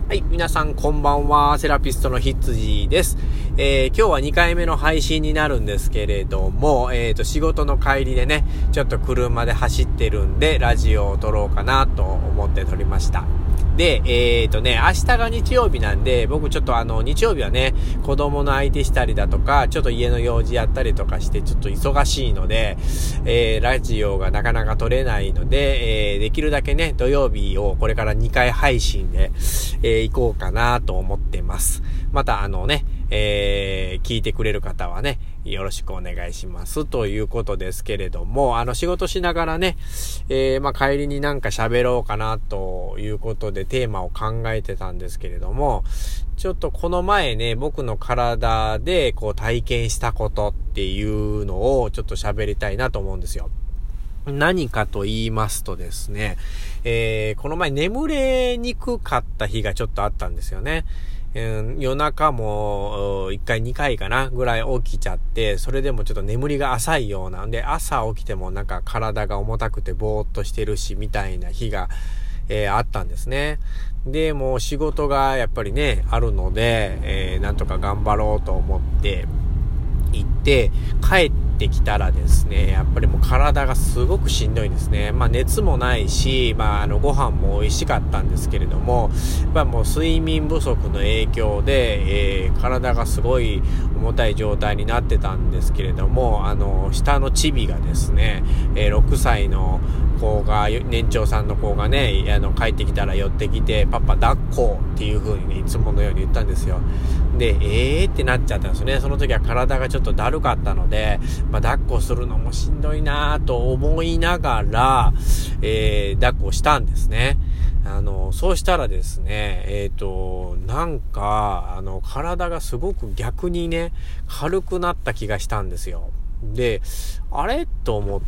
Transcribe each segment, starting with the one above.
はい、皆さんこんばんは。セラピストのひつじです。今日は2回目の配信になるんですけれども、仕事の帰りでね、ちょっと車で走ってるんで、ラジオを撮ろうかなと思って撮りました。で、明日が日曜日なんで、僕ちょっと日曜日はね、子供の相手したりだとか、ちょっと家の用事やったりとかして、ちょっと忙しいので、ラジオがなかなか撮れないので、できるだけね、土曜日をこれから2回配信で、行こうかなと思ってます。また聞いてくれる方はね、よろしくお願いしますということですけれども、仕事しながらね、帰りになんか喋ろうかなということでテーマを考えてたんですけれども、ちょっとこの前ね、僕の体でこう体験したことっていうのをちょっと喋りたいなと思うんですよ。何かと言いますとですね、この前眠れにくかった日がちょっとあったんですよね。夜中も1回2回かなぐらい起きちゃって、それでもちょっと眠りが浅いようなんで、朝起きてもなんか体が重たくてぼーっとしてるしみたいな日が、あったんですね。で、もう仕事がやっぱりねあるので、なんとか頑張ろうと思って行って帰ってきたらですね、やっぱりもう体がすごくしんどいんですね。熱もないし、ご飯も美味しかったんですけれども、もう睡眠不足の影響で、体がすごい重たい状態になってたんですけれども、下のチビがですね、6歳の子が、年長さんの子がね、帰ってきたら寄ってきて、パパ抱っこっていう風にね、いつものように言ったんですよ。で、ってなっちゃったんですね。その時は体がちょっとだるかったので、抱っこするのもしんどいなと思いながら、抱っこしたんですね。そうしたらですね、体がすごく逆にね、軽くなった気がしたんですよ。で、あれと思って、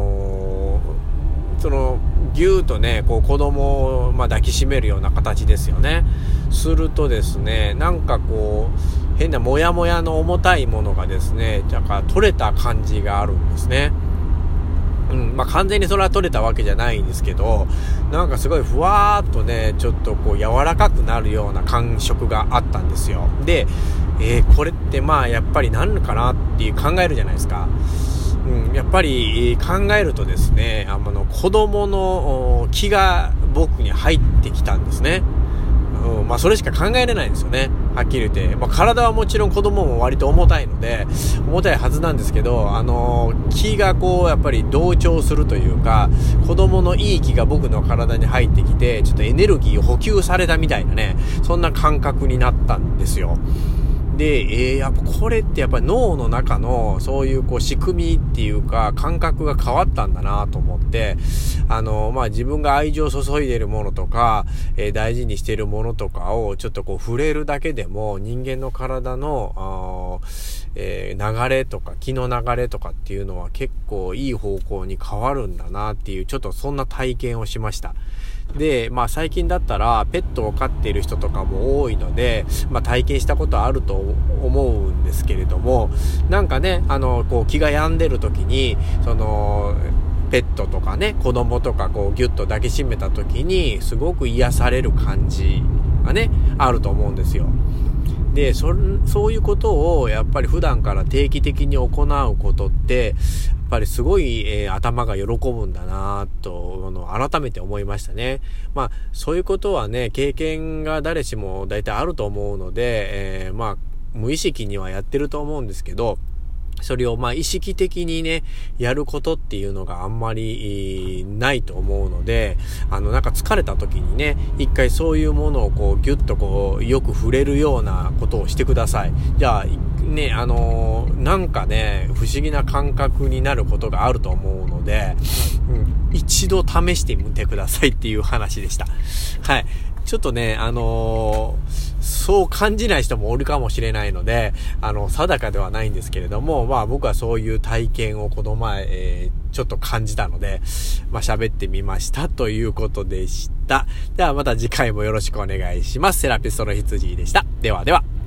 ぎゅーとね、こう子供を、抱きしめるような形ですよね。するとですね、なんかこう、変なもやもやの重たいものがですね、取れた感じがあるんですね。完全にそれは取れたわけじゃないんですけど、なんかすごいふわーっとね、ちょっとこう柔らかくなるような感触があったんですよ。で、これってやっぱり何かなっていう考えるじゃないですか。やっぱり考えるとですね、子供の気が僕に入ってきたんですね。それしか考えれないんですよね。はっきり言って。体はもちろん子供も割と重たいので、重たいはずなんですけど、気がこう、やっぱり同調するというか、子供のいい気が僕の体に入ってきて、ちょっとエネルギーを補給されたみたいなね、そんな感覚になったんですよ。で、やっぱこれってやっぱり脳の中のそういうこう仕組みっていうか感覚が変わったんだなと思って、自分が愛情を注いでいるものとか、大事にしているものとかをちょっとこう触れるだけでも人間の体の流れとか気の流れとかっていうのは結構いい方向に変わるんだなっていう、ちょっとそんな体験をしました。で、最近だったらペットを飼っている人とかも多いので、体験したことあると思うんですけれども、なんかね、こう気が病んでる時に、ペットとかね、子供とかこうギュッと抱きしめた時にすごく癒される感じがね、あると思うんですよ。で、そういうことをやっぱり普段から定期的に行うことってやっぱりすごい、頭が喜ぶんだなと改めて思いましたね。そういうことはね、経験が誰しも大体あると思うので、無意識にはやってると思うんですけど、それを意識的にねやることっていうのがあんまりないと思うので、なんか疲れた時にね一回そういうものをこうギュッとこうよく触れるようなことをしてください。じゃあね、なんかね不思議な感覚になることがあると思うので、一度試してみてくださいっていう話でした。はい。ちょっとね、そう感じない人もおるかもしれないので、定かではないんですけれども、僕はそういう体験をこの前、ちょっと感じたので、喋ってみましたということでした。ではまた次回もよろしくお願いします。セラピストのひつじでした。ではでは。